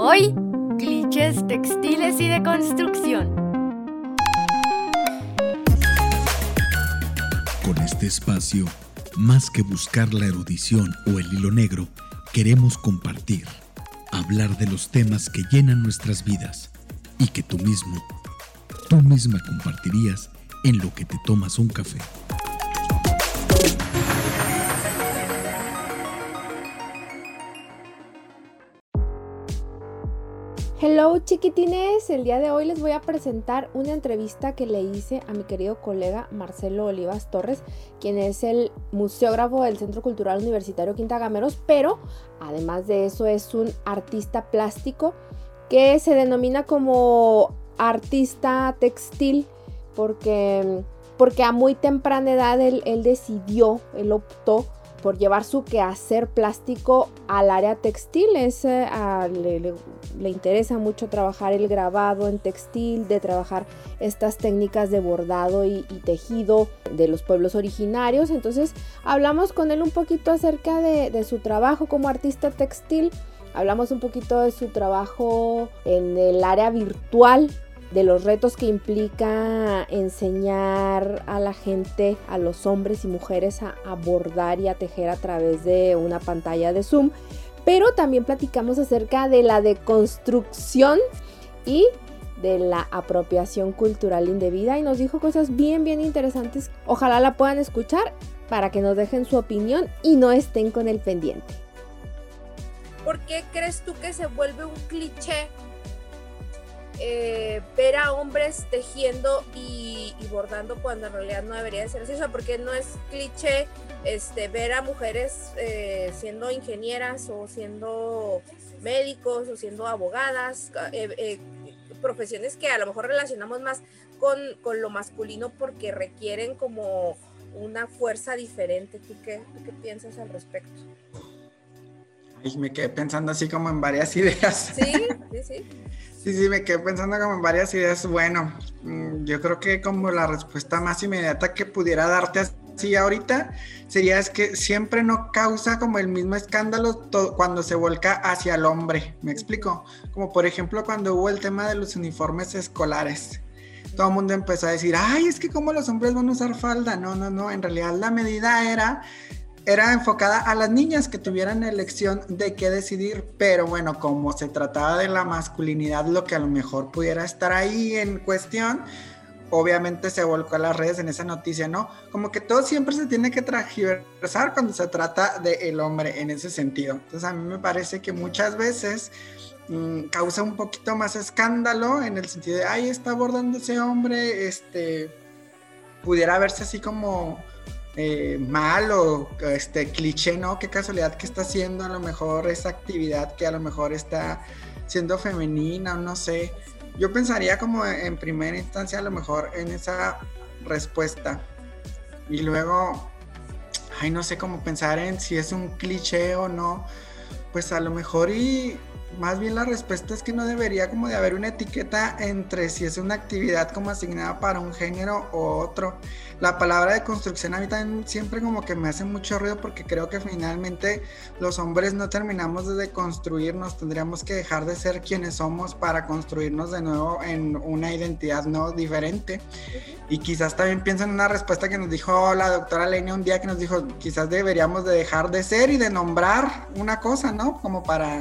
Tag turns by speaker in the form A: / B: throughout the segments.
A: Hoy, clichés textiles y de construcción.
B: Con este espacio, más que buscar la erudición o el hilo negro, queremos compartir, hablar de los temas que llenan nuestras vidas y que tú misma compartirías en lo que te tomas un café.
C: Hello chiquitines, el día de hoy les voy a presentar una entrevista que le hice a mi querido colega Marcelo Olivas Torres, quien es el museógrafo del Centro Cultural Universitario Quinta Gameros, pero además de eso es un artista plástico que se denomina como artista textil porque a muy temprana edad él optó por llevar su quehacer plástico al área textil. Le interesa mucho trabajar el grabado en textil, de trabajar estas técnicas de bordado y tejido de los pueblos originarios. Entonces hablamos con él un poquito acerca de su trabajo como artista textil, hablamos un poquito de su trabajo en el área virtual, de los retos que implica enseñar a la gente, a los hombres y mujeres a bordar y a tejer a través de una pantalla de Zoom, pero también platicamos acerca de la deconstrucción y de la apropiación cultural indebida y nos dijo cosas bien interesantes. Ojalá la puedan escuchar para que nos dejen su opinión y no estén con el pendiente.
D: ¿Por qué crees tú que se vuelve un cliché ver a hombres tejiendo y bordando cuando en realidad no debería de ser así? O sea, porque no es cliché ver a mujeres siendo ingenieras o siendo médicos o siendo abogadas, profesiones que a lo mejor relacionamos más con lo masculino porque requieren como una fuerza diferente. ¿Tú qué piensas al respecto?
E: Ay, me quedé pensando así como en varias ideas. Sí, me quedé pensando como en varias ideas. Bueno, yo creo que como la respuesta más inmediata que pudiera darte así ahorita sería es que siempre no causa como el mismo escándalo cuando se volca hacia el hombre. ¿Me explico? Como por ejemplo cuando hubo el tema de los uniformes escolares. Todo el mundo empezó a decir, ay, es que como los hombres van a usar falda. No, en realidad la medida era enfocada a las niñas que tuvieran elección de qué decidir, pero bueno, como se trataba de la masculinidad, lo que a lo mejor pudiera estar ahí en cuestión, obviamente se volcó a las redes en esa noticia, ¿no? Como que todo siempre se tiene que transversar cuando se trata del hombre en ese sentido. Entonces a mí me parece que muchas veces causa un poquito más escándalo en el sentido de, ay, está abordando ese hombre, pudiera verse así como mal o cliché, ¿no? Qué casualidad que está haciendo a lo mejor esa actividad que a lo mejor está siendo femenina o no sé. Yo pensaría como en primera instancia a lo mejor en esa respuesta y luego, ay, no sé cómo pensar en si es un cliché o no, pues a lo mejor y más bien la respuesta es que no debería como de haber una etiqueta entre si es una actividad como asignada para un género o otro. La palabra de construcción a mí también siempre como que me hace mucho ruido porque creo que finalmente los hombres no terminamos de deconstruirnos, tendríamos que dejar de ser quienes somos para construirnos de nuevo en una identidad no diferente. Y quizás también pienso en una respuesta que nos dijo la doctora Leina un día que nos dijo, quizás deberíamos de dejar de ser y de nombrar una cosa, ¿no? Como para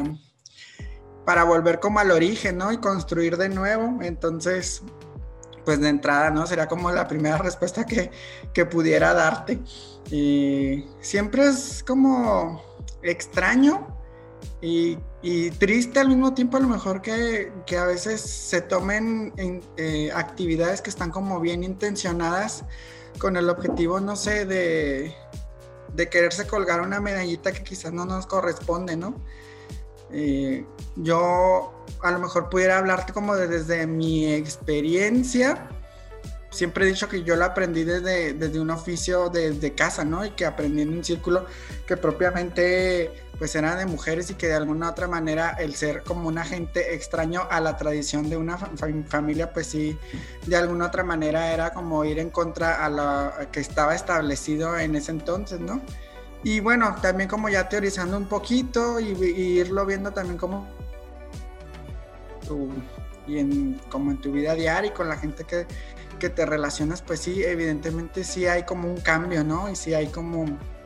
E: volver como al origen, ¿no? Y construir de nuevo. Entonces, pues de entrada, ¿no? Sería como la primera respuesta que pudiera darte. Y siempre es como extraño y triste al mismo tiempo a lo mejor que a veces se tomen actividades que están como bien intencionadas con el objetivo, no sé, de quererse colgar una medallita que quizás no nos corresponde, ¿no? Yo a lo mejor pudiera hablarte como desde mi experiencia. Siempre he dicho que yo lo aprendí desde un oficio desde casa, ¿no? Y que aprendí en un círculo que propiamente pues era de mujeres y que de alguna otra manera el ser como un agente extraño a la tradición de una familia, pues sí, de alguna otra manera era como ir en contra a lo que estaba establecido en ese entonces, ¿no? Y bueno, también como ya teorizando un poquito y irlo viendo también como como en tu vida diaria y con la gente que te relacionas, pues sí, evidentemente sí hay como un cambio, ¿no? Y sí hay como,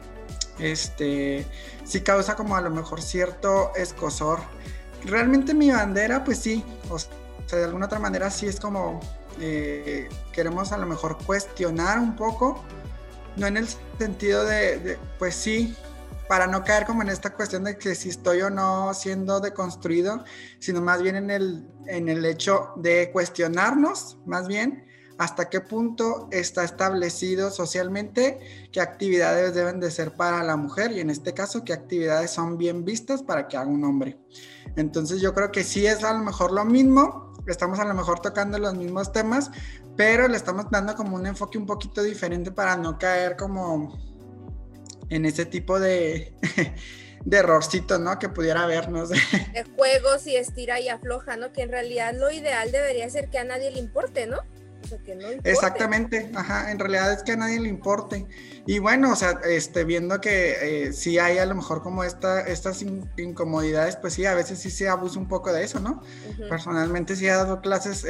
E: sí causa como a lo mejor cierto escozor. Realmente mi bandera, pues sí, o sea, de alguna otra manera sí es como, queremos a lo mejor cuestionar un poco, no en el sentido de pues sí, para no caer como en esta cuestión de que si estoy o no siendo deconstruido, sino más bien en el hecho de cuestionarnos, más bien, hasta qué punto está establecido socialmente qué actividades deben de ser para la mujer y en este caso qué actividades son bien vistas para que haga un hombre. Entonces yo creo que sí es a lo mejor lo mismo, estamos a lo mejor tocando los mismos temas, pero le estamos dando como un enfoque un poquito diferente para no caer como en ese tipo de errorcito, ¿no? Que pudiera haber, no sé.
D: De juegos y estira y afloja, ¿no? Que en realidad lo ideal debería ser que a nadie le importe, ¿no? O sea, que no importe.
E: Exactamente, ajá, en realidad es que a nadie le importe. Y bueno, o sea, viendo que sí hay a lo mejor como estas incomodidades, pues sí, a veces sí se abusa un poco de eso, ¿no? Uh-huh. Personalmente sí he dado clases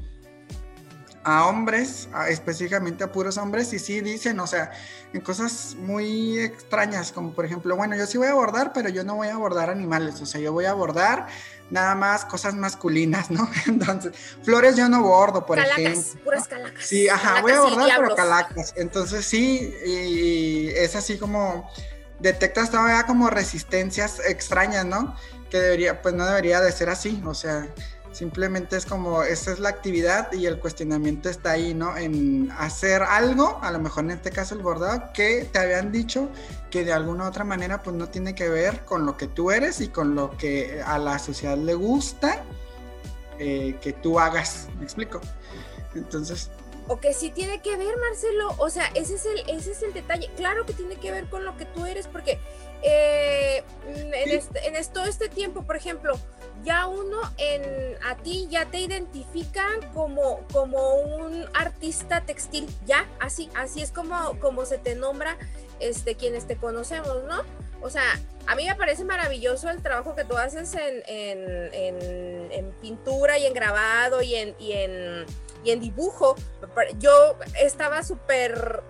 E: a hombres, específicamente a puros hombres, y sí dicen, o sea, en cosas muy extrañas, como por ejemplo, bueno, yo sí voy a abordar, pero yo no voy a abordar animales, o sea, yo voy a abordar nada más cosas masculinas, ¿no? Entonces, flores yo no bordo, por ejemplo.
D: Puras calacas.
E: Sí, ajá, calacas, voy a abordar, pero calacas. Entonces sí, y es así como, detectas todavía como resistencias extrañas, ¿no? Que pues no debería de ser así, o sea, simplemente es como, esa es la actividad y el cuestionamiento está ahí, ¿no? En hacer algo, a lo mejor en este caso el bordado, que te habían dicho que de alguna u otra manera pues no tiene que ver con lo que tú eres y con lo que a la sociedad le gusta que tú hagas, ¿me explico? Entonces...
D: O que sí tiene que ver, Marcelo, o sea, ese es el detalle, claro que tiene que ver con lo que tú eres, porque todo este tiempo, por ejemplo, ya a ti ya te identifican como un artista textil, ya, así es como se te nombra quienes te conocemos, ¿no? O sea, a mí me parece maravilloso el trabajo que tú haces en pintura y en grabado y en dibujo. Yo estaba súper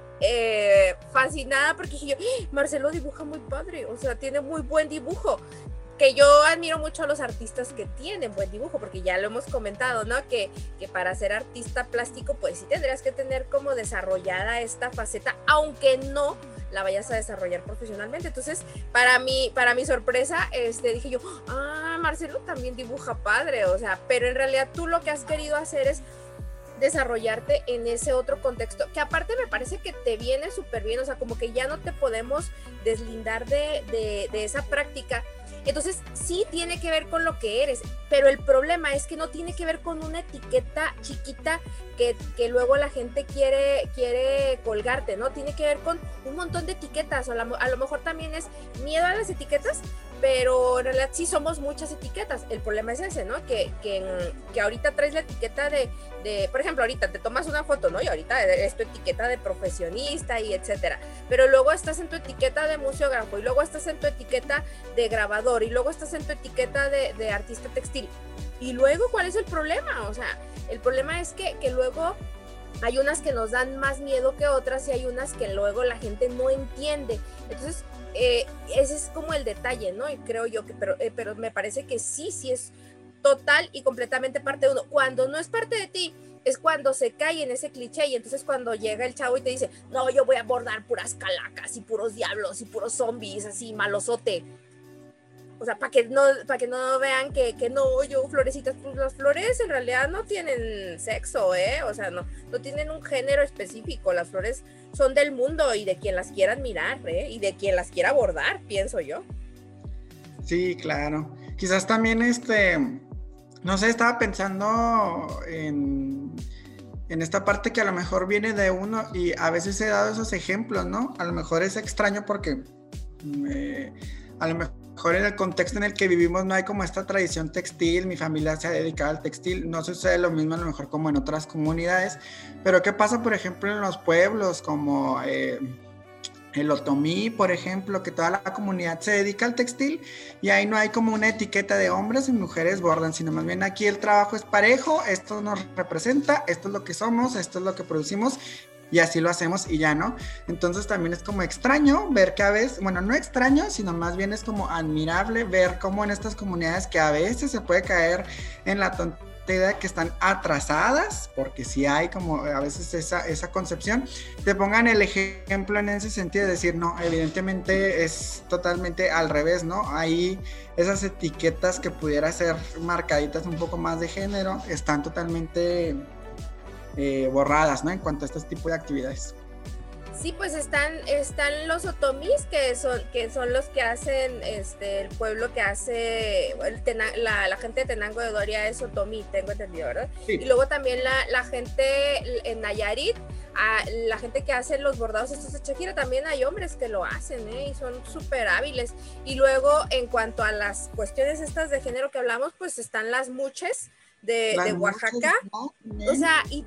D: fascinada porque dije yo, Marcelo dibuja muy padre, o sea, tiene muy buen dibujo, que yo admiro mucho a los artistas que tienen buen dibujo, porque ya lo hemos comentado, ¿no? Que para ser artista plástico, pues sí tendrías que tener como desarrollada esta faceta, aunque no la vayas a desarrollar profesionalmente. Entonces, para mi sorpresa, dije yo, Marcelo también dibuja padre, o sea, pero en realidad tú lo que has querido hacer es desarrollarte en ese otro contexto, que aparte me parece que te viene súper bien, o sea, como que ya no te podemos deslindar de esa práctica. Entonces sí tiene que ver con lo que eres, pero el problema es que no tiene que ver con una etiqueta chiquita que luego la gente quiere colgarte, ¿no? Tiene que ver con un montón de etiquetas, o a lo mejor también es miedo a las etiquetas, pero en realidad sí somos muchas etiquetas. El problema es ese, ¿no? Que ahorita traes la etiqueta de, por ejemplo, ahorita te tomas una foto, ¿no? Y ahorita es tu etiqueta de profesionista y etcétera. Pero luego estás en tu etiqueta de museógrafo, y luego estás en tu etiqueta de grabador, y luego estás en tu etiqueta de artista textil. Y luego, ¿cuál es el problema? O sea, el problema es que luego hay unas que nos dan más miedo que otras, y hay unas que luego la gente no entiende. Entonces, ese es como el detalle, ¿no? Y creo yo que, pero me parece que sí es total y completamente parte de uno. Cuando no es parte de ti, es cuando se cae en ese cliché, y entonces cuando llega el chavo y te dice, no, yo voy a abordar puras calacas y puros diablos y puros zombies, así malosote. O sea, para que no vean que no, yo florecitas, pues las flores en realidad no tienen sexo, o sea, no tienen un género específico. Las flores son del mundo y de quien las quiera admirar, y de quien las quiera abordar, pienso yo.
E: Sí, claro. Quizás también no sé, estaba pensando en esta parte que a lo mejor viene de uno, y a veces he dado esos ejemplos, ¿no? A lo mejor es extraño porque a lo mejor en el contexto en el que vivimos no hay como esta tradición textil, mi familia se ha dedicado al textil, no sucede lo mismo a lo mejor como en otras comunidades, pero ¿qué pasa por ejemplo en los pueblos como el otomí, por ejemplo, que toda la comunidad se dedica al textil y ahí no hay como una etiqueta de hombres y mujeres bordan, sino más bien aquí el trabajo es parejo, esto nos representa, esto es lo que somos, esto es lo que producimos y así lo hacemos y ya, ¿no? Entonces también es como extraño ver que a veces, bueno, no extraño, sino más bien es como admirable ver cómo en estas comunidades que a veces se puede caer en la tontería de que están atrasadas, porque sí hay como a veces esa concepción, te pongan el ejemplo en ese sentido de decir, no, evidentemente es totalmente al revés, ¿no? Ahí esas etiquetas que pudiera ser marcaditas un poco más de género están totalmente borradas, ¿no? En cuanto a este tipo de actividades.
D: Sí, pues están los otomís, que son los que hacen, el pueblo que hace, la gente de Tenango de Doria es otomí, tengo entendido, ¿verdad? Sí. Y luego también la gente en Nayarit, la gente que hace los bordados estos de Shakira, también hay hombres que lo hacen, y son súper hábiles. Y luego, en cuanto a las cuestiones estas de género que hablamos, pues están las muches de Oaxaca, ¿no? O sea, y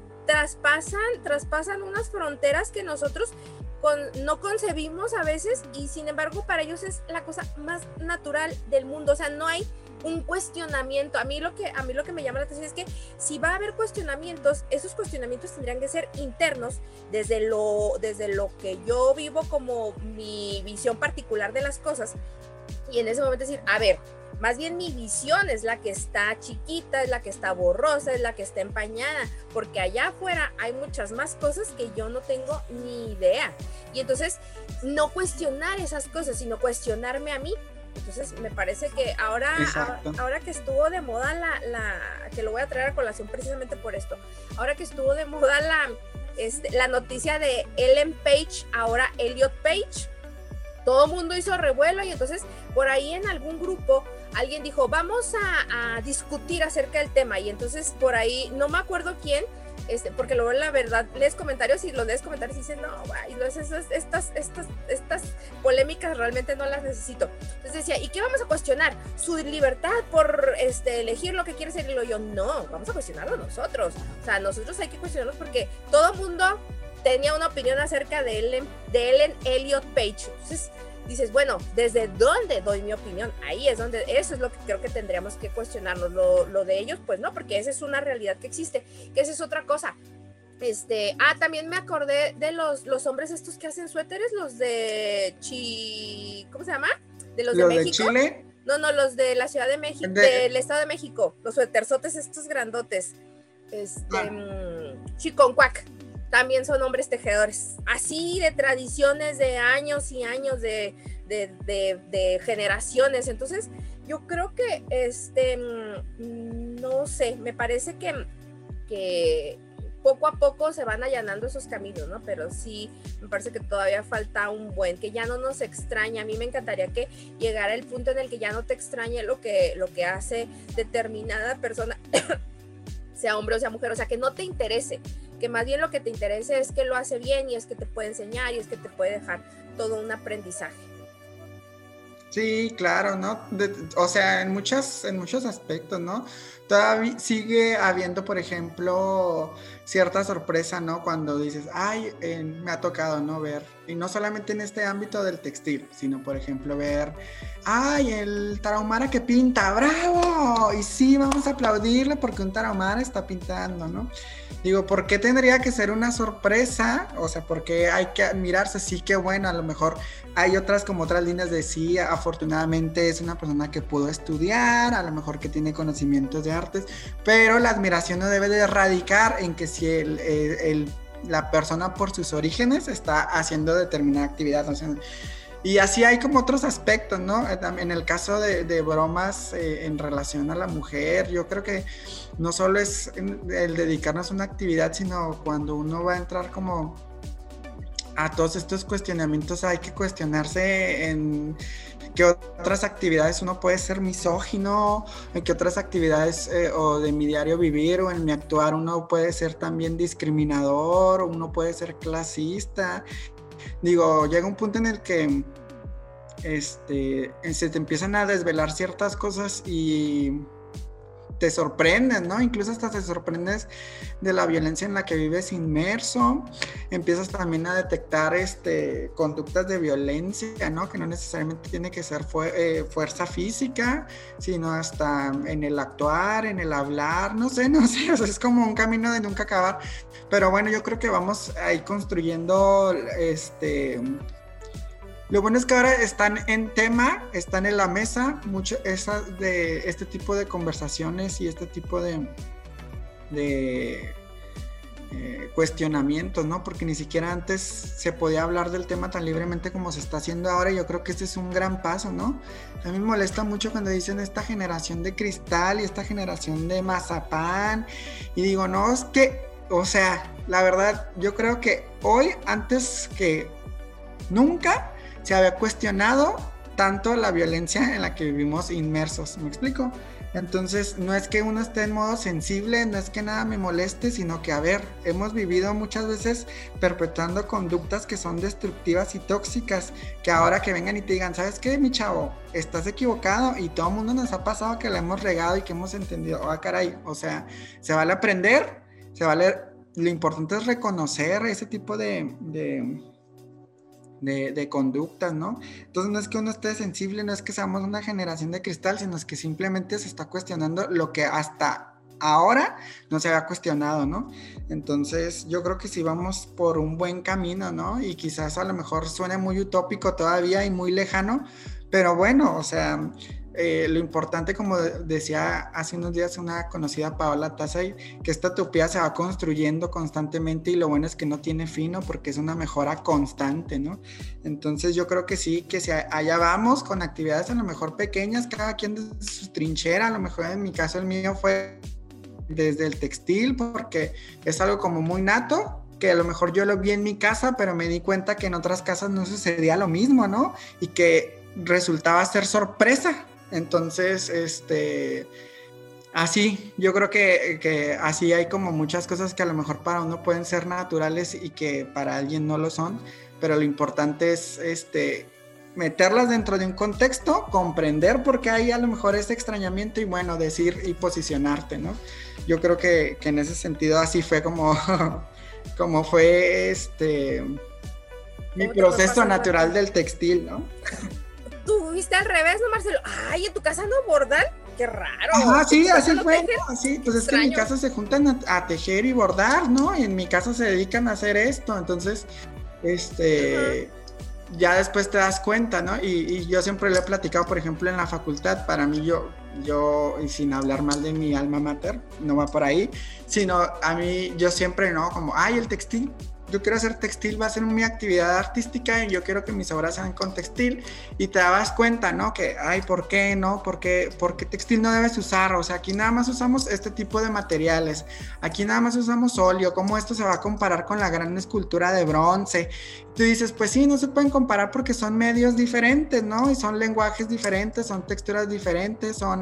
D: traspasan unas fronteras que nosotros no concebimos a veces, y sin embargo para ellos es la cosa más natural del mundo. O sea, no hay un cuestionamiento. A mí lo que me llama la atención es que si va a haber cuestionamientos, esos cuestionamientos tendrían que ser internos, desde lo que yo vivo como mi visión particular de las cosas, y en ese momento decir, a ver, más bien mi visión es la que está chiquita, es la que está borrosa, es la que está empañada, porque allá afuera hay muchas más cosas que yo no tengo ni idea. Y entonces, no cuestionar esas cosas, sino cuestionarme a mí. Entonces, me parece que ahora que estuvo de moda que lo voy a traer a colación precisamente por esto, ahora que estuvo de moda la noticia de Ellen Page, ahora Elliot Page, todo el mundo hizo revuelo, y entonces por ahí en algún grupo alguien dijo, vamos a discutir acerca del tema, y entonces por ahí, no me acuerdo quién, porque luego la verdad lees comentarios y dicen, no, estas polémicas realmente no las necesito. Entonces decía, ¿y qué vamos a cuestionar? ¿Su libertad por elegir lo que quiere ser? Y yo, no, vamos a cuestionarlo nosotros. O sea, nosotros hay que cuestionarnos, porque todo el mundo tenía una opinión acerca de Ellen Elliot Page. Entonces dices, bueno, ¿desde dónde doy mi opinión? Ahí es donde, eso es lo que creo que tendríamos que cuestionarnos. Lo de ellos, pues no, porque esa es una realidad que existe, que esa es otra cosa. También me acordé de los hombres estos que hacen suéteres, los de ¿cómo se llama? De los de México. ¿De Chile? No, los de la Ciudad de México, del Estado de México, los suéterzotes estos grandotes. Chiconcuac. También son hombres tejedores, así de tradiciones de años y años, de generaciones. Entonces yo creo que no sé, me parece que poco a poco se van allanando esos caminos, ¿no? Pero sí, me parece que todavía falta un buen, que ya no nos extraña. A mí me encantaría que llegara el punto en el que ya no te extrañe lo que hace determinada persona, sea hombre o sea mujer, o sea, que no te interese, que más bien lo que te interese es que lo hace bien, y es que te puede enseñar, y es que te puede dejar todo un aprendizaje.
E: Sí, claro, ¿no? O sea, en muchos aspectos, ¿no? Todavía sigue habiendo, por ejemplo, cierta sorpresa, ¿no? Cuando dices, ay, me ha tocado, ¿no? Ver, y no solamente en este ámbito del textil, sino, por ejemplo, ver, ay, el tarahumara que pinta, ¡bravo! Y sí, vamos a aplaudirle porque un tarahumara está pintando, ¿no? Digo, ¿por qué tendría que ser una sorpresa? O sea, porque hay que admirarse, sí, que bueno, a lo mejor hay otras líneas de sí, afortunadamente es una persona que pudo estudiar, a lo mejor que tiene conocimientos de artes, pero la admiración no debe de radicar en que si la persona por sus orígenes está haciendo determinada actividad, o sea, y así hay como otros aspectos, ¿no? En el caso de bromas en relación a la mujer, yo creo que no solo es el dedicarnos a una actividad, sino cuando uno va a entrar como a todos estos cuestionamientos, hay que cuestionarse en qué otras actividades uno puede ser misógino, en qué otras actividades o de mi diario vivir o en mi actuar uno puede ser también discriminador, uno puede ser clasista. Digo, llega un punto en el que se te empiezan a desvelar ciertas cosas y te sorprendes, ¿no? Incluso hasta te sorprendes de la violencia en la que vives inmerso. Empiezas también a detectar conductas de violencia, ¿no? Que no necesariamente tiene que ser fuerza física, sino hasta en el actuar, en el hablar, no sé, o sea, es como un camino de nunca acabar. Pero bueno, yo creo que vamos ahí construyendo Lo bueno es que ahora están en tema, están en la mesa, mucho de este tipo de conversaciones y este tipo de cuestionamientos, ¿no? Porque ni siquiera antes se podía hablar del tema tan libremente como se está haciendo ahora, y yo creo que este es un gran paso, ¿no? A mí me molesta mucho cuando dicen esta generación de cristal y esta generación de mazapán, y digo, no, es que, o sea, la verdad, yo creo que hoy, antes que nunca, se había cuestionado tanto la violencia en la que vivimos inmersos, ¿me explico? Entonces, no es que uno esté en modo sensible, no es que nada me moleste, sino que, a ver, hemos vivido muchas veces perpetuando conductas que son destructivas y tóxicas, que ahora que vengan y te digan, ¿sabes qué, mi chavo? Estás equivocado, y todo el mundo nos ha pasado que la hemos regado y que hemos entendido, caray, o sea, se vale aprender, lo importante es reconocer ese tipo de conductas, ¿no? Entonces no es que uno esté sensible, no es que seamos una generación de cristal, sino es que simplemente se está cuestionando lo que hasta ahora no se había cuestionado, ¿no? Entonces yo creo que sí vamos por un buen camino, ¿no? Y quizás a lo mejor suene muy utópico todavía y muy lejano, pero bueno, o sea, lo importante, como decía hace unos días una conocida, Paola Tasay, que esta utopía se va construyendo constantemente, y lo bueno es que no tiene fin, ¿no? Porque es una mejora constante, ¿no? Entonces yo creo que sí, que allá vamos con actividades a lo mejor pequeñas, cada quien desde su trinchera. A lo mejor en mi caso, el mío fue desde el textil, porque es algo como muy nato, que a lo mejor yo lo vi en mi casa, pero me di cuenta que en otras casas no sucedía lo mismo, ¿no? Y que resultaba ser sorpresa. Entonces, así, yo creo que así hay como muchas cosas que a lo mejor para uno pueden ser naturales y que para alguien no lo son, pero lo importante es meterlas dentro de un contexto, comprender por qué hay a lo mejor ese extrañamiento, y bueno, decir y posicionarte, ¿no? Yo creo que en ese sentido así fue como fue mi proceso natural del textil, ¿no?
D: Tú viste al revés, ¿no, Marcelo? Ay, ¿en tu casa no bordan? Qué raro.
E: Ajá, sí, así fue, ¿no? Así, pues es que en mi casa se juntan a tejer y bordar, ¿no? Y en mi casa se dedican a hacer esto, entonces, ya después te das cuenta, ¿no? Y yo siempre le he platicado, por ejemplo, en la facultad, para mí yo, y sin hablar mal de mi alma mater, no va por ahí, sino a mí, yo siempre, ¿no? Como, el textil. Yo quiero hacer textil, va a ser mi actividad artística y yo quiero que mis obras sean con textil, y te dabas cuenta, ¿no? Que, ¿por qué no? ¿Por qué textil no debes usar? O sea, aquí nada más usamos este tipo de materiales, aquí nada más usamos óleo, ¿cómo esto se va a comparar con la gran escultura de bronce? Tú dices, pues sí, no se pueden comparar porque son medios diferentes, ¿no? Y son lenguajes diferentes, son texturas diferentes, son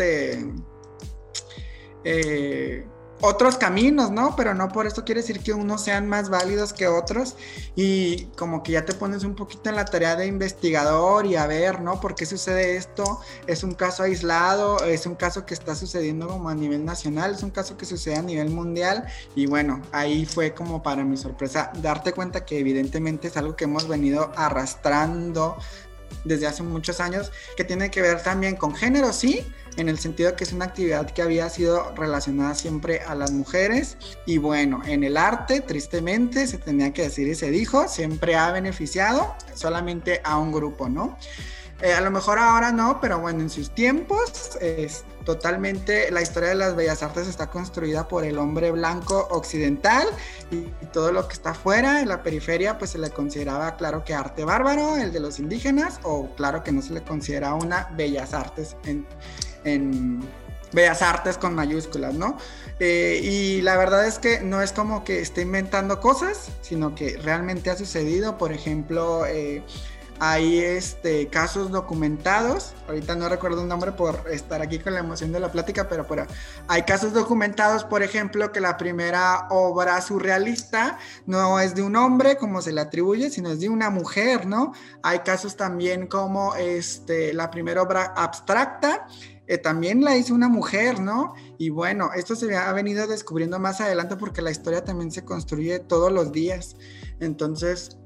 E: otros caminos, ¿no? Pero no por esto quiere decir que unos sean más válidos que otros, y como que ya te pones un poquito en la tarea de investigador y a ver, ¿no? ¿Por qué sucede esto? ¿Es un caso aislado? ¿Es un caso que está sucediendo como a nivel nacional? ¿Es un caso que sucede a nivel mundial? Y bueno, ahí fue como para mi sorpresa darte cuenta que evidentemente es algo que hemos venido arrastrando desde hace muchos años, que tiene que ver también con género, sí, en el sentido que es una actividad que había sido relacionada siempre a las mujeres, y bueno, en el arte, tristemente, se tenía que decir y se dijo, siempre ha beneficiado solamente a un grupo, ¿no? A lo mejor ahora no, pero bueno, en sus tiempos, totalmente la historia de las bellas artes está construida por el hombre blanco occidental, y todo lo que está afuera, en la periferia, pues se le consideraba, claro, que arte bárbaro, el de los indígenas, o claro que no se le considera una bellas artes en bellas artes con mayúsculas, ¿no? Y la verdad es que no es como que esté inventando cosas, sino que realmente ha sucedido. Por ejemplo, hay casos documentados, ahorita no recuerdo un nombre por estar aquí con la emoción de la plática, pero hay casos documentados, por ejemplo, que la primera obra surrealista no es de un hombre como se le atribuye, sino es de una mujer, ¿no? Hay casos también como la primera obra abstracta también la hizo una mujer, ¿no? Y bueno, esto se ha venido descubriendo más adelante porque la historia también se construye todos los días. Entonces,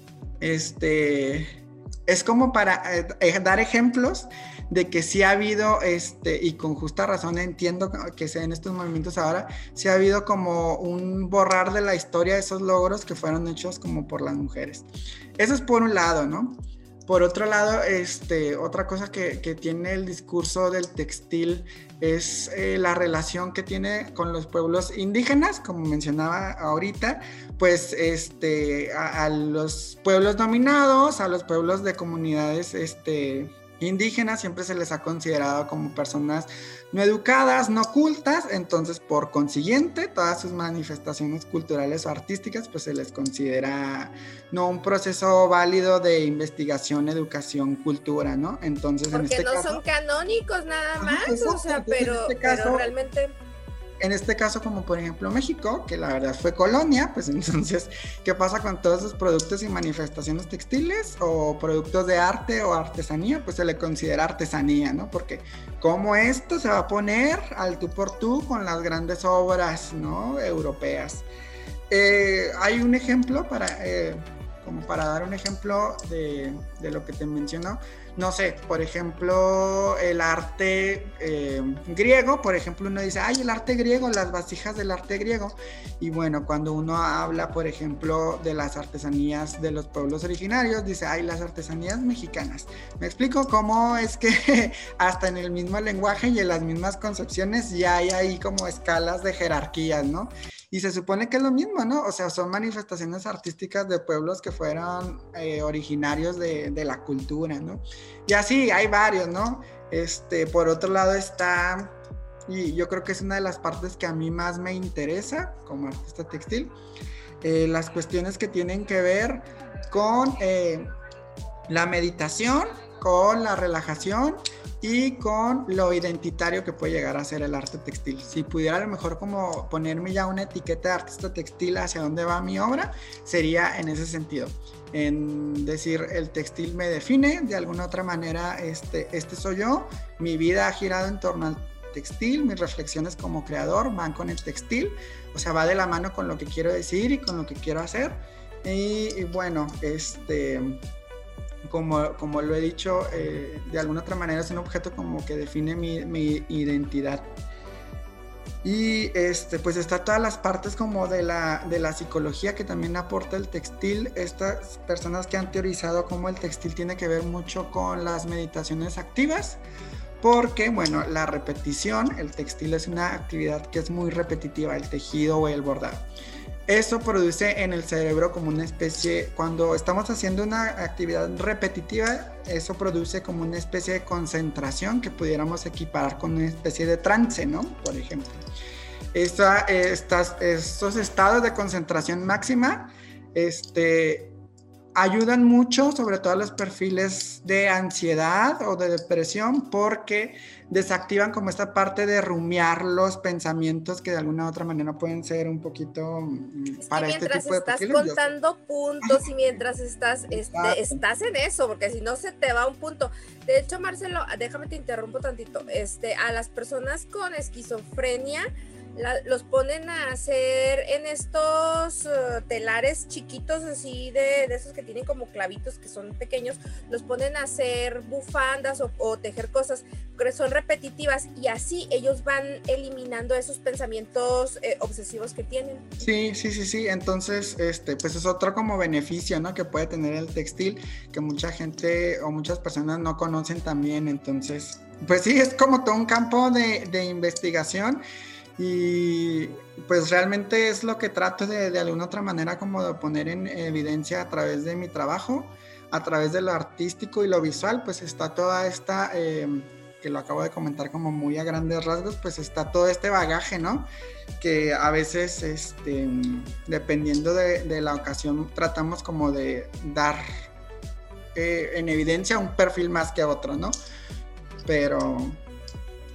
E: es como para dar ejemplos de que sí ha habido, y con justa razón entiendo que se den estos movimientos ahora, sí ha habido como un borrar de la historia de esos logros que fueron hechos como por las mujeres. Eso es por un lado, ¿no? Por otro lado, otra cosa que tiene el discurso del textil es la relación que tiene con los pueblos indígenas, como mencionaba ahorita, pues a los pueblos dominados, a los pueblos de comunidades indígenas siempre se les ha considerado como personas no educadas, no cultas, entonces por consiguiente todas sus manifestaciones culturales o artísticas pues se les considera no un proceso válido de investigación, educación, cultura, ¿no? Entonces
D: porque en este caso son canónicos nada más, exacto, o sea, pero realmente...
E: En este caso, como por ejemplo México, que la verdad fue colonia, pues entonces, ¿qué pasa con todos esos productos y manifestaciones textiles o productos de arte o artesanía? Pues se le considera artesanía, ¿no? Porque ¿cómo esto se va a poner al tú por tú con las grandes obras, ¿no? Europeas? Hay un ejemplo como para dar un ejemplo de lo que te menciono. No sé, por ejemplo, el arte griego, por ejemplo, uno dice, ay, el arte griego, las vasijas del arte griego. Y bueno, cuando uno habla, por ejemplo, de las artesanías de los pueblos originarios, dice, ay, las artesanías mexicanas. Me explico cómo es que hasta en el mismo lenguaje y en las mismas concepciones ya hay ahí como escalas de jerarquías, ¿no? Y se supone que es lo mismo, ¿no? O sea, son manifestaciones artísticas de pueblos que fueron originarios de la cultura, ¿no? Y así hay varios, ¿no? Por otro lado está, y yo creo que es una de las partes que a mí más me interesa como artista textil, las cuestiones que tienen que ver con la meditación, con la relajación y con lo identitario que puede llegar a ser el arte textil. Si pudiera a lo mejor como ponerme ya una etiqueta de artista textil hacia dónde va mi obra, sería en ese sentido, en decir el textil me define, de alguna otra manera este soy yo, mi vida ha girado en torno al textil, mis reflexiones como creador van con el textil, o sea, va de la mano con lo que quiero decir y con lo que quiero hacer, y bueno, como lo he dicho, de alguna otra manera es un objeto como que define mi identidad. Y pues está todas las partes como de la psicología que también aporta el textil. Estas personas que han teorizado cómo el textil tiene que ver mucho con las meditaciones activas, porque bueno, la repetición, el textil es una actividad que es muy repetitiva, el tejido o el bordado. Eso produce en el cerebro como una especie, cuando estamos haciendo una actividad repetitiva, eso produce como una especie de concentración que pudiéramos equiparar con una especie de trance, ¿no? Por ejemplo. Estos estados de concentración máxima, ayudan mucho, sobre todo a los perfiles de ansiedad o de depresión, porque desactivan como esta parte de rumiar los pensamientos que de alguna u otra manera pueden ser un poquito para este tipo de perfiles.
D: Mientras estás contando puntos y mientras estás en eso, porque si no se te va un punto. De hecho, Marcelo, déjame te interrumpo tantito. A las personas con esquizofrenia los ponen a hacer en estos telares chiquitos así de esos que tienen como clavitos que son pequeños, los ponen a hacer bufandas o tejer cosas que son repetitivas y así ellos van eliminando esos pensamientos obsesivos que tienen.
E: Sí, entonces pues es otro como beneficio, ¿no? Que puede tener el textil que mucha gente o muchas personas no conocen también, entonces pues sí, es como todo un campo de investigación. Y pues realmente es lo que trato de alguna otra manera como de poner en evidencia a través de mi trabajo, a través de lo artístico y lo visual, pues está toda esta, que lo acabo de comentar como muy a grandes rasgos, pues está todo este bagaje, ¿no? Que a veces, dependiendo de la ocasión, tratamos como de dar en evidencia un perfil más que otro, ¿no? Pero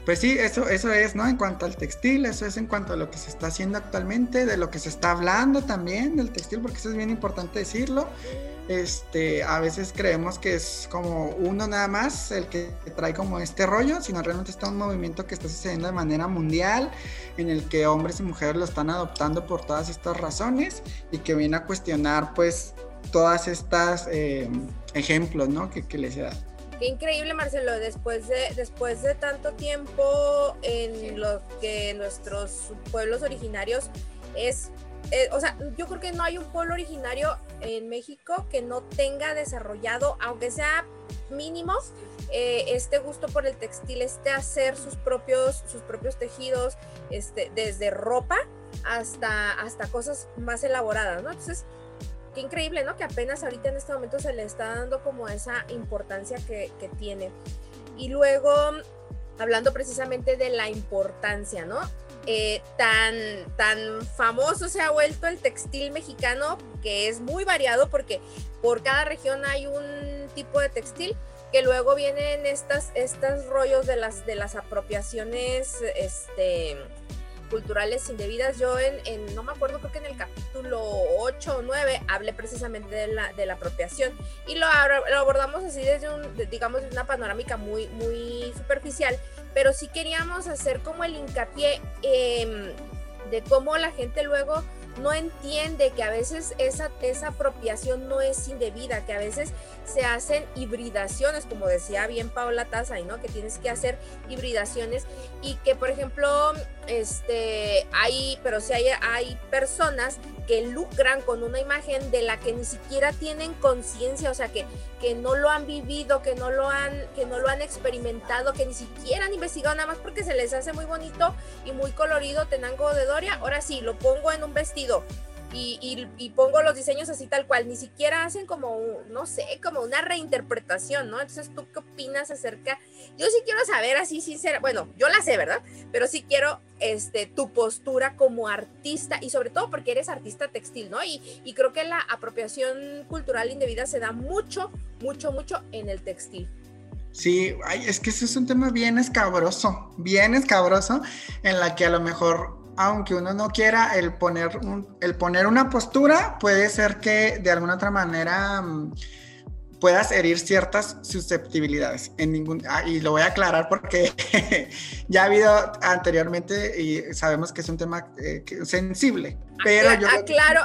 E: Pues sí, eso es, ¿no? En cuanto al textil, eso es en cuanto a lo que se está haciendo actualmente, de lo que se está hablando también del textil, porque eso es bien importante decirlo. A veces creemos que es como uno nada más el que trae como este rollo, sino realmente está un movimiento que está sucediendo de manera mundial, en el que hombres y mujeres lo están adoptando por todas estas razones y que viene a cuestionar pues todas estas ejemplos, ¿no? que les da.
D: Qué increíble, Marcelo, después de tanto tiempo en los que nuestros pueblos originarios o sea, yo creo que no hay un pueblo originario en México que no tenga desarrollado, aunque sea mínimo, este gusto por el textil, hacer sus propios tejidos, desde ropa hasta cosas más elaboradas, ¿no? Entonces, qué increíble, ¿no? Que apenas ahorita en este momento se le está dando como esa importancia que tiene. Y luego, hablando precisamente de la importancia, ¿no? Tan famoso se ha vuelto el textil mexicano, que es muy variado porque por cada región hay un tipo de textil, que luego vienen estos rollos de las apropiaciones culturales indebidas. Yo no me acuerdo, creo que en el capítulo 8 o 9 hablé precisamente de la apropiación y lo abordamos así desde una panorámica muy, muy superficial, pero sí queríamos hacer como el hincapié de cómo la gente luego no entiende que a veces esa apropiación no es indebida, que a veces se hacen hibridaciones, como decía bien Paola Tazay, ¿no? Que tienes que hacer hibridaciones y que, por ejemplo, hay personas que lucran con una imagen de la que ni siquiera tienen conciencia, o sea, que no lo han vivido, que no lo han experimentado, que ni siquiera han investigado, nada más porque se les hace muy bonito y muy colorido Tenango de Doria. Ahora sí, lo pongo en un vestido y pongo los diseños así tal cual, ni siquiera hacen como, no sé, como una reinterpretación, ¿no? Entonces, ¿tú qué opinas acerca? Yo sí quiero saber así sincera, bueno, yo la sé, ¿verdad? Pero sí quiero tu postura como artista y sobre todo porque eres artista textil, ¿no? Y creo que la apropiación cultural indebida se da mucho, mucho, mucho en el textil.
E: Sí, es que ese es un tema bien escabroso, en la que a lo mejor, aunque uno no quiera, el poner una postura puede ser que de alguna otra manera puedas herir ciertas susceptibilidades. Y lo voy a aclarar porque ya ha habido anteriormente y sabemos que es un tema sensible. Pero
D: aclaro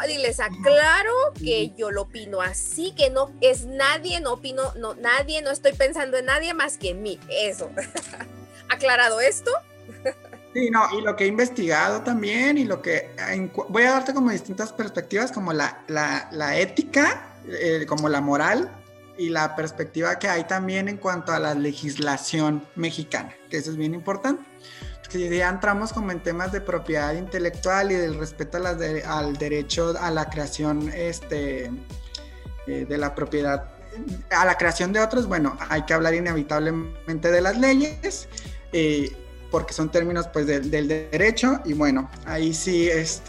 D: que yo lo opino así, que no es nadie, no opino, no estoy pensando en nadie más que en mí. Eso. ¿Aclarado esto?
E: Sí, no, y lo que he investigado también y lo que voy a darte como distintas perspectivas, como la ética, como la moral y la perspectiva que hay también en cuanto a la legislación mexicana, que eso es bien importante, porque ya entramos como en temas de propiedad intelectual y del respeto al derecho a la creación de la propiedad, a la creación de otros. Bueno, hay que hablar inevitablemente de las leyes, porque son términos pues del derecho, y bueno, ahí sí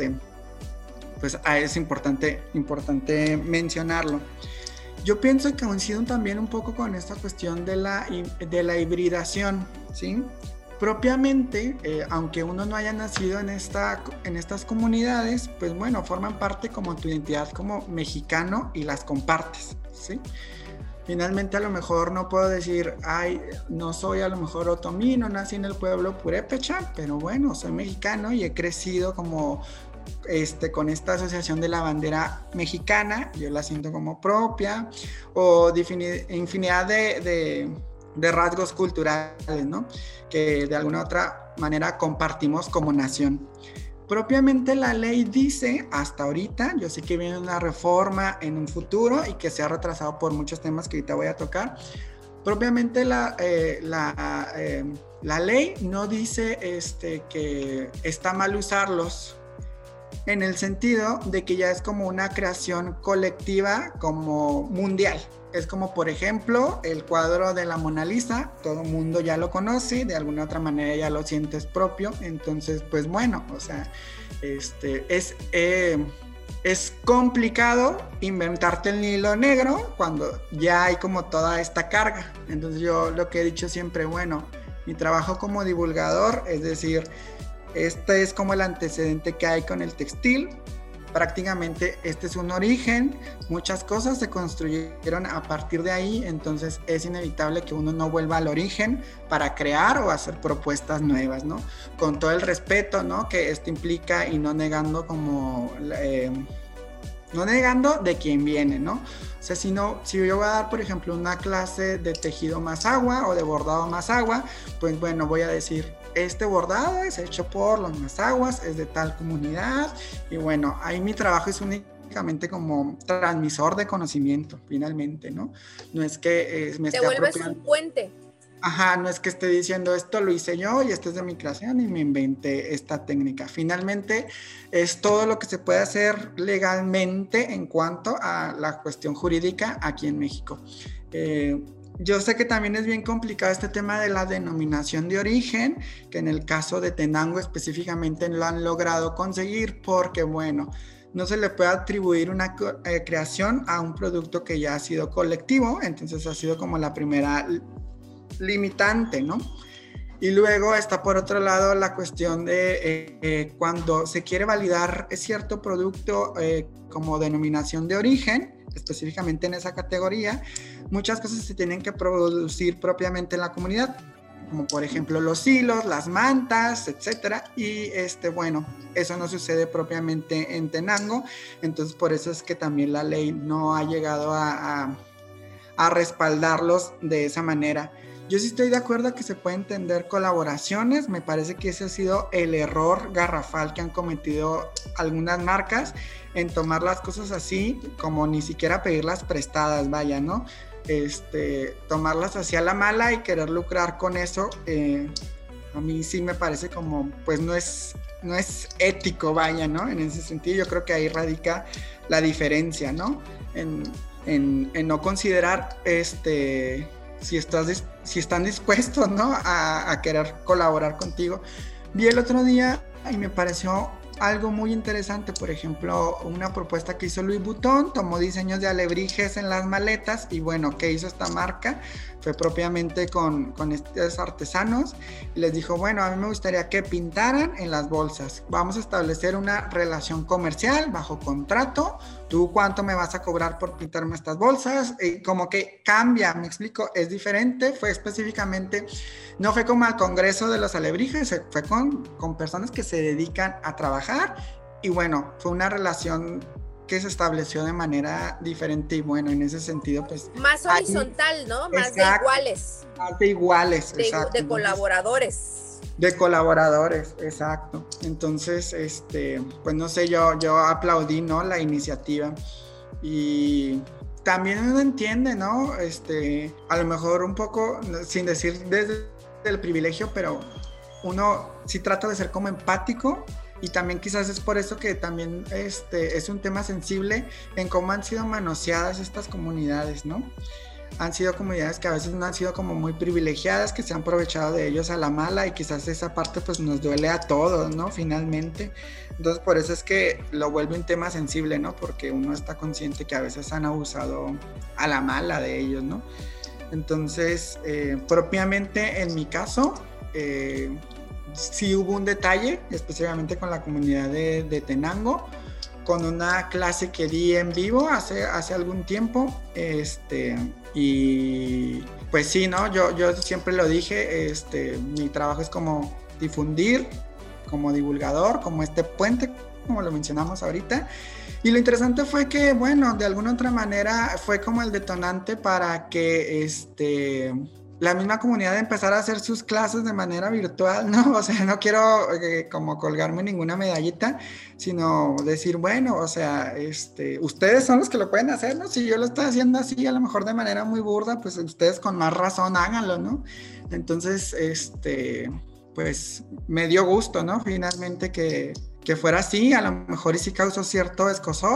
E: pues es importante mencionarlo. Yo pienso que coincido también un poco con esta cuestión de la hibridación, ¿sí? Propiamente, aunque uno no haya nacido en estas comunidades, pues bueno, forman parte como tu identidad como mexicano y las compartes, ¿sí? Finalmente, a lo mejor no puedo decir, no soy a lo mejor otomí, no nací en el pueblo purépecha, pero bueno, soy mexicano y he crecido como con esta asociación de la bandera mexicana, yo la siento como propia, o infinidad de rasgos culturales, ¿no? Que de alguna otra manera compartimos como nación. Propiamente la ley dice, hasta ahorita, yo sé que viene una reforma en un futuro y que se ha retrasado por muchos temas que ahorita voy a tocar. Propiamente la ley no dice que está mal usarlos, en el sentido de que ya es como una creación colectiva, como mundial. Es como, por ejemplo, el cuadro de la Mona Lisa, todo el mundo ya lo conoce, de alguna otra manera ya lo sientes propio, entonces, pues bueno, o sea, es complicado inventarte el hilo negro cuando ya hay como toda esta carga. Entonces yo lo que he dicho siempre, bueno, Mi trabajo como divulgador, es decir, este es como el antecedente que hay con el textil. Prácticamente este es un origen, muchas cosas se construyeron a partir de ahí, entonces es inevitable que uno no vuelva al origen para crear o hacer propuestas nuevas, ¿no? Con todo el respeto, ¿no?, que esto implica, y no negando no negando de quién viene, ¿no? O sea, si yo voy a dar, por ejemplo, una clase de tejido más agua o de bordado más agua, pues bueno, voy a decir, este bordado es hecho por los Mazaguas, es de tal comunidad, y bueno, ahí mi trabajo es únicamente como transmisor de conocimiento, finalmente, ¿no? No es que me esté
D: apropiando. Te vuelves un puente.
E: Ajá, no es que esté diciendo esto lo hice yo y esto es de mi creación y me inventé esta técnica. Finalmente es todo lo que se puede hacer legalmente en cuanto a la cuestión jurídica aquí en México. Yo sé que también es bien complicado este tema de la denominación de origen, que en el caso de Tenango específicamente lo han logrado conseguir porque, bueno, no se le puede atribuir una creación a un producto que ya ha sido colectivo, entonces ha sido como la primera limitante, ¿no? Y luego está por otro lado la cuestión de cuando se quiere validar cierto producto como denominación de origen, específicamente en esa categoría, muchas cosas se tienen que producir propiamente en la comunidad, como por ejemplo los hilos, las mantas, etcétera, y bueno, eso no sucede propiamente en Tenango, entonces por eso es que también la ley no ha llegado a respaldarlos de esa manera. Yo sí estoy de acuerdo que se puede entender colaboraciones, me parece que ese ha sido el error garrafal que han cometido algunas marcas en tomar las cosas así, como ni siquiera pedirlas prestadas, vaya, ¿no? Tomarlas así a la mala y querer lucrar con eso, a mí sí me parece como, pues no es ético, vaya, ¿no? En ese sentido yo creo que ahí radica la diferencia, ¿no? En no considerar si están dispuestos, ¿no?, a querer colaborar contigo. Vi el otro día y me pareció algo muy interesante, por ejemplo, una propuesta que hizo Louis Vuitton, tomó diseños de alebrijes en las maletas y bueno, ¿qué hizo esta marca? Fue propiamente con estos artesanos y les dijo, bueno, a mí me gustaría que pintaran en las bolsas, vamos a establecer una relación comercial bajo contrato, ¿tú cuánto me vas a cobrar por pintarme estas bolsas? Y como que cambia, me explico, es diferente, fue específicamente, no fue como al Congreso de los Alebrijes, fue con personas que se dedican a trabajar y bueno, fue una relación que se estableció de manera diferente y bueno, en ese sentido pues...
D: Más horizontal, ahí, ¿no? Más exacto, de iguales.
E: Más de iguales, exacto.
D: De colaboradores.
E: De colaboradores, exacto. Entonces, pues no sé, yo aplaudí, ¿no?, la iniciativa y también uno entiende, ¿no? A lo mejor un poco, sin decir desde el privilegio, pero uno sí trata de ser como empático. Y también quizás es por eso que también es un tema sensible en cómo han sido manoseadas estas comunidades, ¿no? Han sido comunidades que a veces no han sido como muy privilegiadas, que se han aprovechado de ellos a la mala y quizás esa parte pues nos duele a todos, ¿no? Finalmente. Entonces por eso es que lo vuelve un tema sensible, ¿no? Porque uno está consciente que a veces han abusado a la mala de ellos, ¿no? Entonces, propiamente en mi caso... sí hubo un detalle, específicamente con la comunidad de Tenango, con una clase que di en vivo hace algún tiempo, y pues sí, ¿no? Yo siempre lo dije, mi trabajo es como difundir, como divulgador, como este puente, como lo mencionamos ahorita, y lo interesante fue que, bueno, de alguna otra manera fue como el detonante para que, la misma comunidad empezar a hacer sus clases de manera virtual, ¿no? O sea, no quiero como colgarme ninguna medallita, sino decir, bueno, o sea, ustedes son los que lo pueden hacer, ¿no? Si yo lo estoy haciendo así, a lo mejor de manera muy burda, pues ustedes con más razón háganlo, ¿no? Entonces, pues me dio gusto, ¿no? Finalmente que fuera así, a lo mejor y sí causó cierto escozor,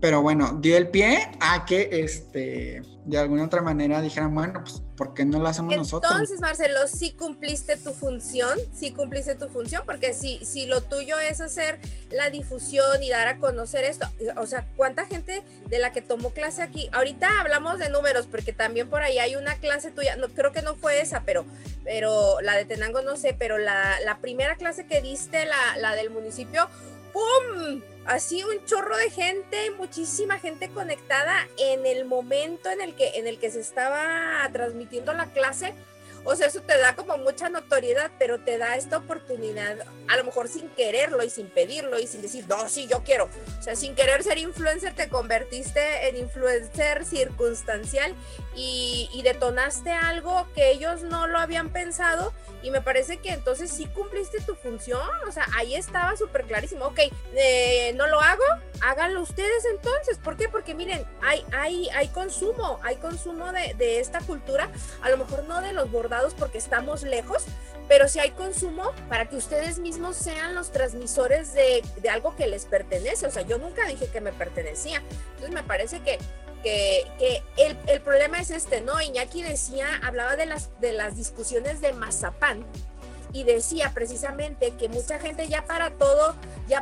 E: pero bueno, dio el pie a que de alguna otra manera dijeran, bueno, pues ¿por qué no lo hacemos nosotros?
D: Entonces, Marcelo, sí cumpliste tu función, porque si lo tuyo es hacer la difusión y dar a conocer esto, o sea, ¿cuánta gente de la que tomó clase aquí? Ahorita hablamos de números, porque también por ahí hay una clase tuya, no, creo que no fue esa, pero la de Tenango no sé, pero la primera clase que diste, la del municipio, ¡pum! Así un chorro de gente, muchísima gente conectada en el momento en el que se estaba transmitiendo la clase. O sea, eso te da como mucha notoriedad, pero te da esta oportunidad, a lo mejor sin quererlo y sin pedirlo y sin decir, no, sí, yo quiero. O sea, sin querer ser influencer, te convertiste en influencer circunstancial y detonaste algo que ellos no lo habían pensado, y me parece que entonces sí cumpliste tu función. O sea, ahí estaba súper clarísimo. Ok, no lo hago, háganlo ustedes entonces. ¿Por qué? Porque miren, hay consumo de esta cultura, a lo mejor no de los bordados porque estamos lejos, pero sí hay consumo para que ustedes mismos sean los transmisores de algo que les pertenece. O sea, yo nunca dije que me pertenecía. Entonces me parece que el problema es ¿no? Iñaki hablaba de las discusiones de mazapán, y decía precisamente que mucha gente ya para todo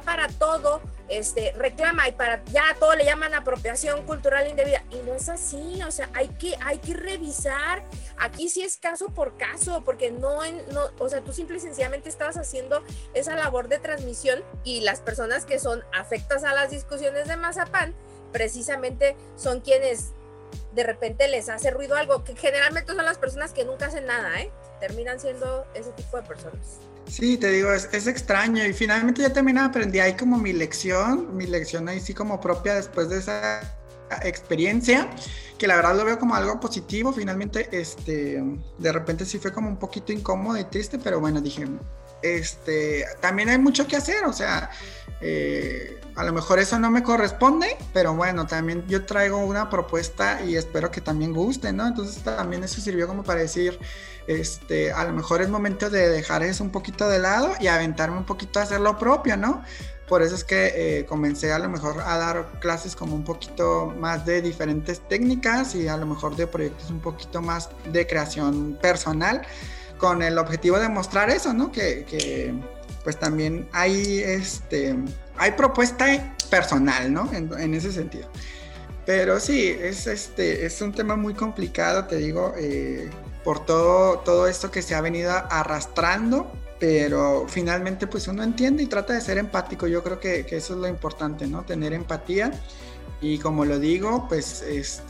D: reclama, y ya a todo le llaman apropiación cultural indebida, y no es así. O sea, hay que revisar. Aquí sí es caso por caso, porque o sea, tú simple y sencillamente estabas haciendo esa labor de transmisión, y las personas que son afectas a las discusiones de mazapán precisamente son quienes de repente les hace ruido algo, que generalmente son las personas que nunca hacen nada, terminan siendo ese tipo de personas.
E: Sí, te digo, es extraño, y finalmente yo también aprendí ahí como mi lección ahí sí como propia después de esa experiencia, que la verdad lo veo como algo positivo. Finalmente, de repente sí fue como un poquito incómodo y triste, pero bueno, dije, también hay mucho que hacer, o sea, a lo mejor eso no me corresponde, pero bueno, también yo traigo una propuesta y espero que también guste, ¿no? Entonces también eso sirvió como para decir, a lo mejor es momento de dejar eso un poquito de lado y aventarme un poquito a hacer lo propio, ¿no? Por eso es que comencé a lo mejor a dar clases como un poquito más de diferentes técnicas y a lo mejor de proyectos un poquito más de creación personal, con el objetivo de mostrar eso, ¿no? Que pues también hay propuesta personal, ¿no? En ese sentido. Pero sí, es un tema muy complicado, te digo, por todo esto que se ha venido arrastrando, pero finalmente pues uno entiende y trata de ser empático. Yo creo que eso es lo importante, ¿no? Tener empatía, y como lo digo, pues es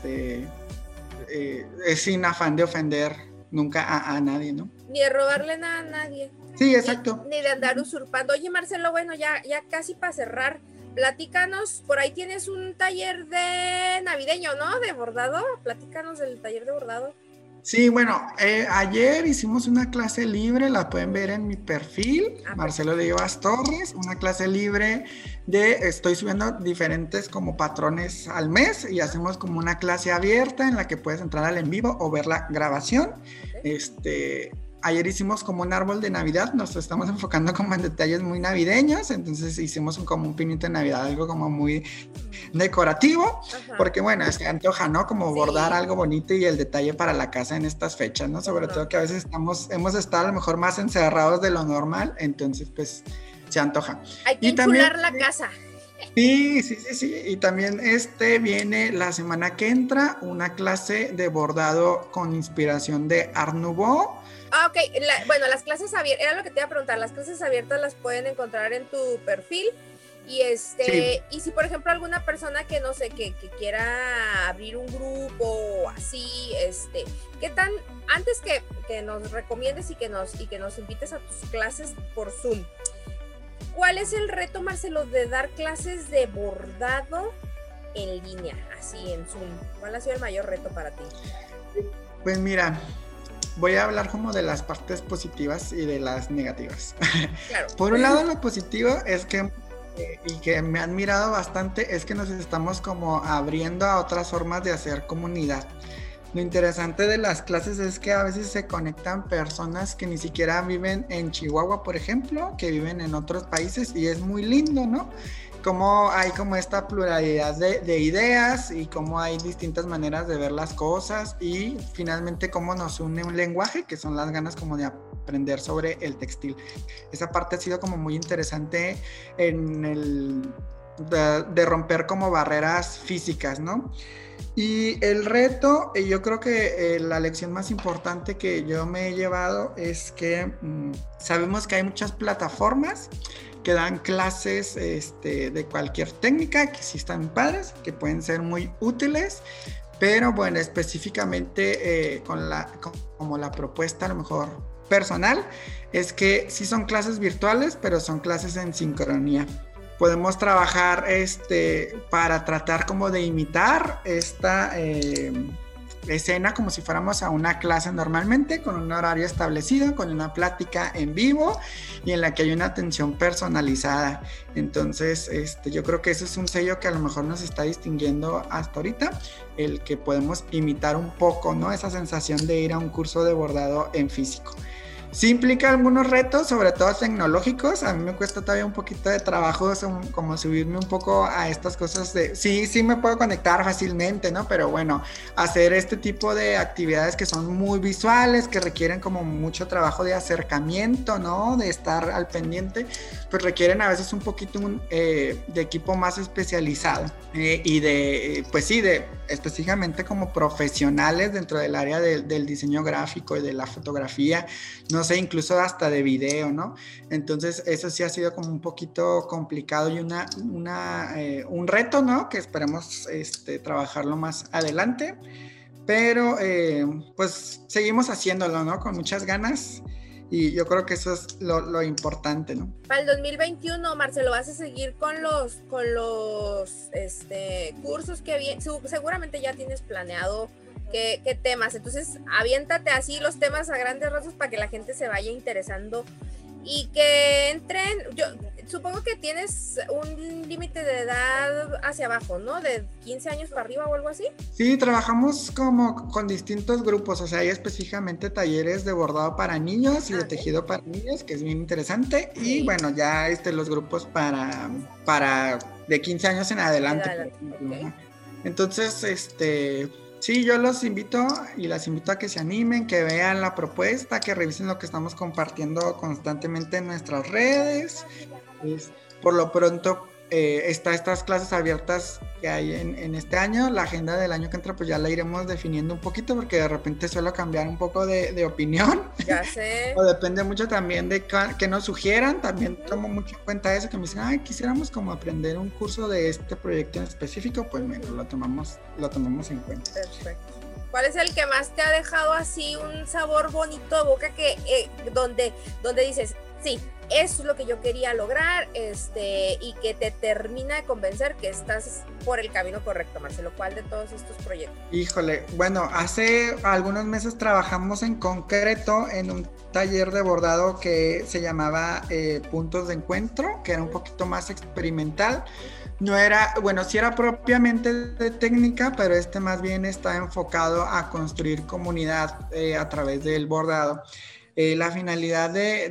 E: sin afán de ofender nunca a nadie, ¿no?
D: Ni de robarle nada a nadie.
E: Sí, exacto.
D: Ni de andar usurpando. Oye, Marcelo, bueno, ya casi para cerrar, platícanos, por ahí tienes un taller de navideño, ¿no? De bordado, platícanos del taller de bordado.
E: Sí, bueno, ayer hicimos una clase libre, la pueden ver en mi perfil, Marcelo de Ibas Torres, una clase libre estoy subiendo diferentes como patrones al mes, y hacemos como una clase abierta en la que puedes entrar al en vivo o ver la grabación. Ayer hicimos como un árbol de Navidad, nos estamos enfocando como en detalles muy navideños, entonces hicimos como un pinito de Navidad, algo como muy decorativo. Ajá. Porque bueno, se antoja, ¿no? Como bordar algo bonito y el detalle para la casa en estas fechas, ¿no? Sobre todo que a veces hemos estado a lo mejor más encerrados de lo normal, entonces pues se antoja.
D: Hay que insular la casa.
E: Sí, y también viene la semana que entra una clase de bordado con inspiración de Art Nouveau.
D: Ok, bueno, las clases abiertas, era lo que te iba a preguntar, las clases abiertas las pueden encontrar en tu perfil, y sí. Y si por ejemplo alguna persona que no sé, que quiera abrir un grupo o así, ¿qué tan, antes que nos recomiendes y que nos invites a tus clases por Zoom, cuál es el reto, Marcelo, de dar clases de bordado en línea, así en Zoom? ¿Cuál ha sido el mayor reto para ti?
E: Pues mira, voy a hablar como de las partes positivas y de las negativas. Claro. Por un lado, lo positivo es que, y que me han admirado bastante, es que nos estamos como abriendo a otras formas de hacer comunidad. Lo interesante de las clases es que a veces se conectan personas que ni siquiera viven en Chihuahua, por ejemplo, que viven en otros países, y es muy lindo, ¿no? cómo hay como esta pluralidad de ideas y cómo hay distintas maneras de ver las cosas y finalmente cómo nos une un lenguaje, que son las ganas como de aprender sobre el textil. Esa parte ha sido como muy interesante de romper como barreras físicas, ¿no? Y el reto, yo creo que la lección más importante que yo me he llevado es que sabemos que hay muchas plataformas que dan clases de cualquier técnica, que sí están padres, que pueden ser muy útiles, pero bueno, específicamente como la propuesta a lo mejor personal, es que sí son clases virtuales, pero son clases en sincronía. Podemos trabajar para tratar como de imitar esta escena como si fuéramos a una clase normalmente, con un horario establecido, con una plática en vivo y en la que hay una atención personalizada. Entonces, yo creo que ese es un sello que a lo mejor nos está distinguiendo hasta ahorita, el que podemos imitar un poco, ¿no? Esa sensación de ir a un curso de bordado en físico. Sí implica algunos retos, sobre todo tecnológicos. A mí me cuesta todavía un poquito de trabajo como subirme un poco a estas cosas sí me puedo conectar fácilmente, ¿no? Pero bueno, hacer este tipo de actividades que son muy visuales, que requieren como mucho trabajo de acercamiento, ¿no? De estar al pendiente, pues requieren a veces un poquito de equipo más especializado y de específicamente como profesionales dentro del área del diseño gráfico y de la fotografía, no sé, incluso hasta de video, ¿no? Entonces eso sí ha sido como un poquito complicado y un reto, ¿no? Que esperemos trabajarlo más adelante, pero pues seguimos haciéndolo, ¿no? Con muchas ganas. Y yo creo que eso es lo importante, ¿no?
D: Para el 2021, Marcelo, ¿vas a seguir con los cursos que vienen? Seguramente ya tienes planeado qué temas. Entonces, aviéntate así los temas a grandes rasgos para que la gente se vaya interesando y que entren. Yo supongo que tienes un límite de edad hacia abajo, ¿no? De 15 años para arriba o algo así.
E: Sí, trabajamos como con distintos grupos, o sea, hay específicamente talleres de bordado para niños y de tejido para niños, que es bien interesante, sí. Y bueno, ya los grupos para de 15 años en adelante. Okay. Entonces, sí, yo los invito y las invito a que se animen, que vean la propuesta, que revisen lo que estamos compartiendo constantemente en nuestras redes. Por lo pronto, estas clases abiertas que hay en este año, la agenda del año que entra pues ya la iremos definiendo un poquito porque de repente suelo cambiar un poco de opinión.
D: Ya sé.
E: O depende mucho también de que nos sugieran, también tomo mucho en cuenta eso, que me dicen, quisiéramos como aprender un curso de este proyecto en específico, pues bueno, lo tomamos en cuenta.
D: Perfecto. ¿Cuál es el que más te ha dejado así un sabor bonito de boca donde dices, sí, eso es lo que yo quería lograr, y que te termina de convencer que estás por el camino correcto, Marcelo? ¿Cuál de todos estos proyectos?
E: Híjole, bueno, hace algunos meses trabajamos en concreto en un taller de bordado que se llamaba Puntos de Encuentro, que era un poquito más experimental. No era, bueno, sí era propiamente de técnica, pero más bien está enfocado a construir comunidad a través del bordado. La finalidad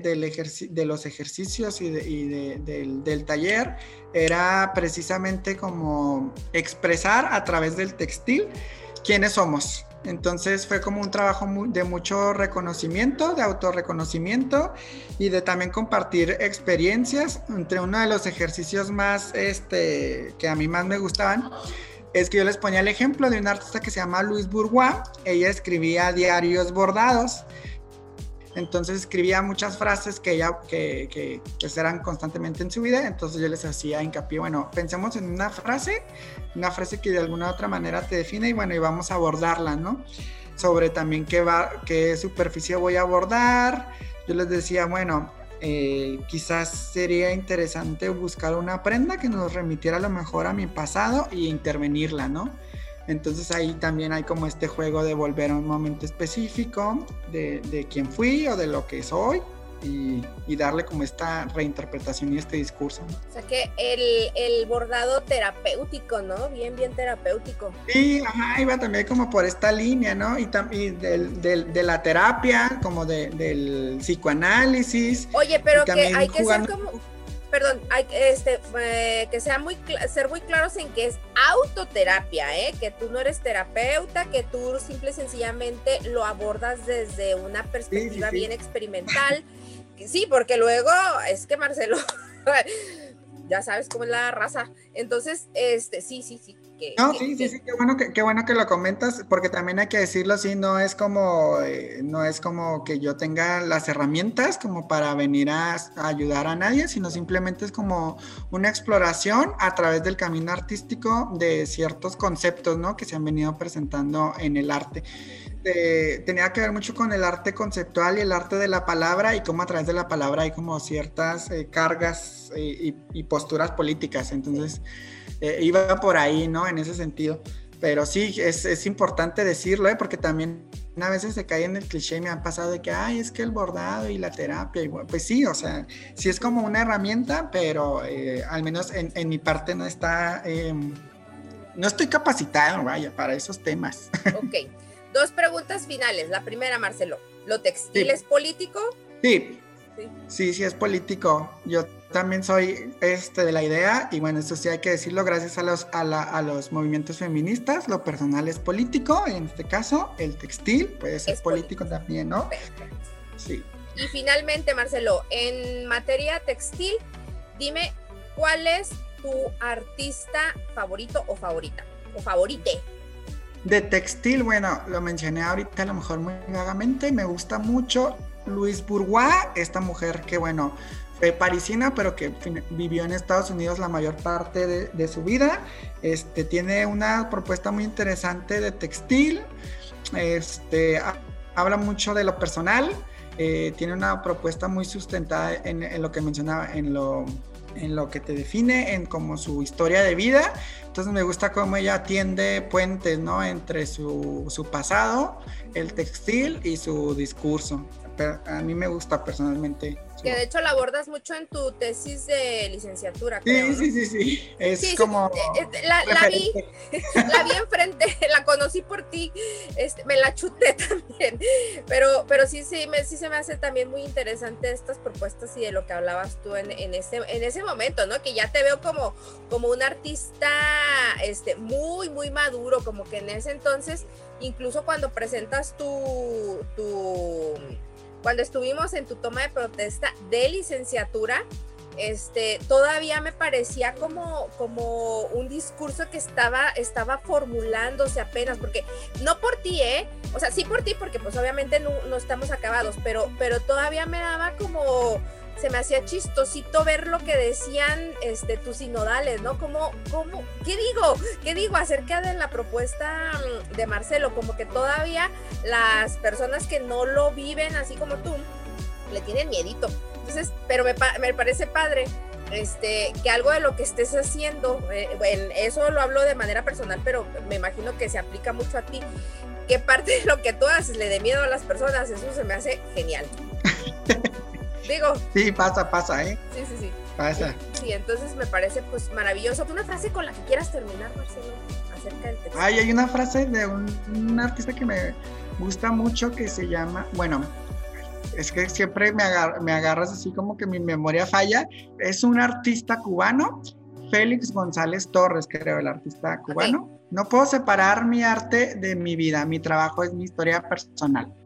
E: de los ejercicios y del taller era precisamente como expresar a través del textil quiénes somos. Entonces fue como un trabajo de mucho reconocimiento, de autorreconocimiento y de también compartir experiencias. Entre uno de los ejercicios más que a mí más me gustaban es que yo les ponía el ejemplo de una artista que se llama Louise Bourgeois. Ella escribía diarios bordados. Entonces escribía muchas frases que pues eran constantemente en su vida. Entonces yo les hacía hincapié, bueno, pensemos en una frase que de alguna u otra manera te define y bueno, y vamos a abordarla, ¿no? Sobre también qué superficie voy a abordar. Yo les decía, bueno, quizás sería interesante buscar una prenda que nos remitiera a lo mejor a mi pasado y intervenirla, ¿no? Entonces ahí también hay como este juego de volver a un momento específico de quién fui o de lo que soy y darle como esta reinterpretación y este discurso, ¿no?
D: O sea que el bordado terapéutico, ¿no? Bien terapéutico.
E: Sí, ajá, iba también como por esta línea, ¿no? Y de la terapia, como del psicoanálisis.
D: Oye, pero que hay que ser como... perdón, hay que ser muy claros en que es autoterapia, que tú no eres terapeuta, que tú simple y sencillamente lo abordas desde una perspectiva bien experimental. Sí, porque luego es que Marcelo, ya sabes cómo es la raza. Entonces, sí.
E: Qué bueno que lo comentas, porque también hay que decirlo así, no es como que yo tenga las herramientas como para venir a ayudar a nadie, sino simplemente es como una exploración a través del camino artístico de ciertos conceptos, ¿no? Que se han venido presentando en el arte. Tenía que ver mucho con el arte conceptual y el arte de la palabra, y cómo a través de la palabra hay como ciertas cargas y posturas políticas. Entonces iba por ahí, ¿no? En ese sentido. Pero sí, es importante decirlo, porque también a veces se cae en el cliché y me han pasado de que, es que el bordado y la terapia, y bueno, pues sí, o sea, sí es como una herramienta, pero al menos en mi parte no está, no estoy capacitado, vaya, para esos temas.
D: Ok. 2 preguntas finales. La primera, Marcelo, ¿lo textil es político?
E: Sí, es político. Yo también soy de la idea, y bueno, eso sí hay que decirlo, gracias a los movimientos feministas, lo personal es político, en este caso, el textil puede ser político también, ¿no?
D: Perfecto.
E: Sí.
D: Y finalmente, Marcelo, en materia textil, dime, ¿cuál es tu artista favorito o favorita? O favorite.
E: De textil, bueno, lo mencioné ahorita a lo mejor muy vagamente, me gusta mucho Louise Bourgeois, esta mujer que, bueno, fue parisina, pero que vivió en Estados Unidos la mayor parte de su vida. Tiene una propuesta muy interesante de textil, habla mucho de lo personal, tiene una propuesta muy sustentada en lo que mencionaba, en lo que te define, en como su historia de vida. Entonces me gusta cómo ella tiende puentes, ¿no? Entre su pasado, el textil y su discurso. Pero a mí me gusta personalmente.
D: Que de hecho la abordas mucho en tu tesis de licenciatura, creo, ¿no?
E: Sí. Es como...
D: La vi enfrente, la conocí por ti, me la chuté también, pero sí se me hace también muy interesante estas propuestas y de lo que hablabas tú en ese momento, ¿no? Que ya te veo como un artista muy, muy maduro, como que en ese entonces, incluso cuando presentas cuando estuvimos en tu toma de protesta de licenciatura, todavía me parecía como un discurso que estaba formulándose apenas, porque no por ti, o sea, sí por ti, porque pues obviamente no estamos acabados, pero todavía me daba como, se me hacía chistosito ver lo que decían tus sinodales, ¿no? ¿Qué digo acerca de la propuesta de Marcelo? Como que todavía las personas que no lo viven así como tú, le tienen miedito. Entonces, pero me parece padre que algo de lo que estés haciendo, eso lo hablo de manera personal, pero me imagino que se aplica mucho a ti, que parte de lo que tú haces le dé miedo a las personas, eso se me hace genial. Digo.
E: Sí, pasa,
D: Sí.
E: Pasa.
D: Sí, entonces me parece pues maravilloso. ¿Una frase con la que quieras terminar, Marcelo, acerca del texto?
E: Hay una frase de un artista que me gusta mucho que se llama, bueno, es que siempre me agarras así como que mi memoria falla. Es un artista cubano, Félix González Torres, creo, el artista cubano. Okay. No puedo separar mi arte de mi vida, mi trabajo es mi historia personal.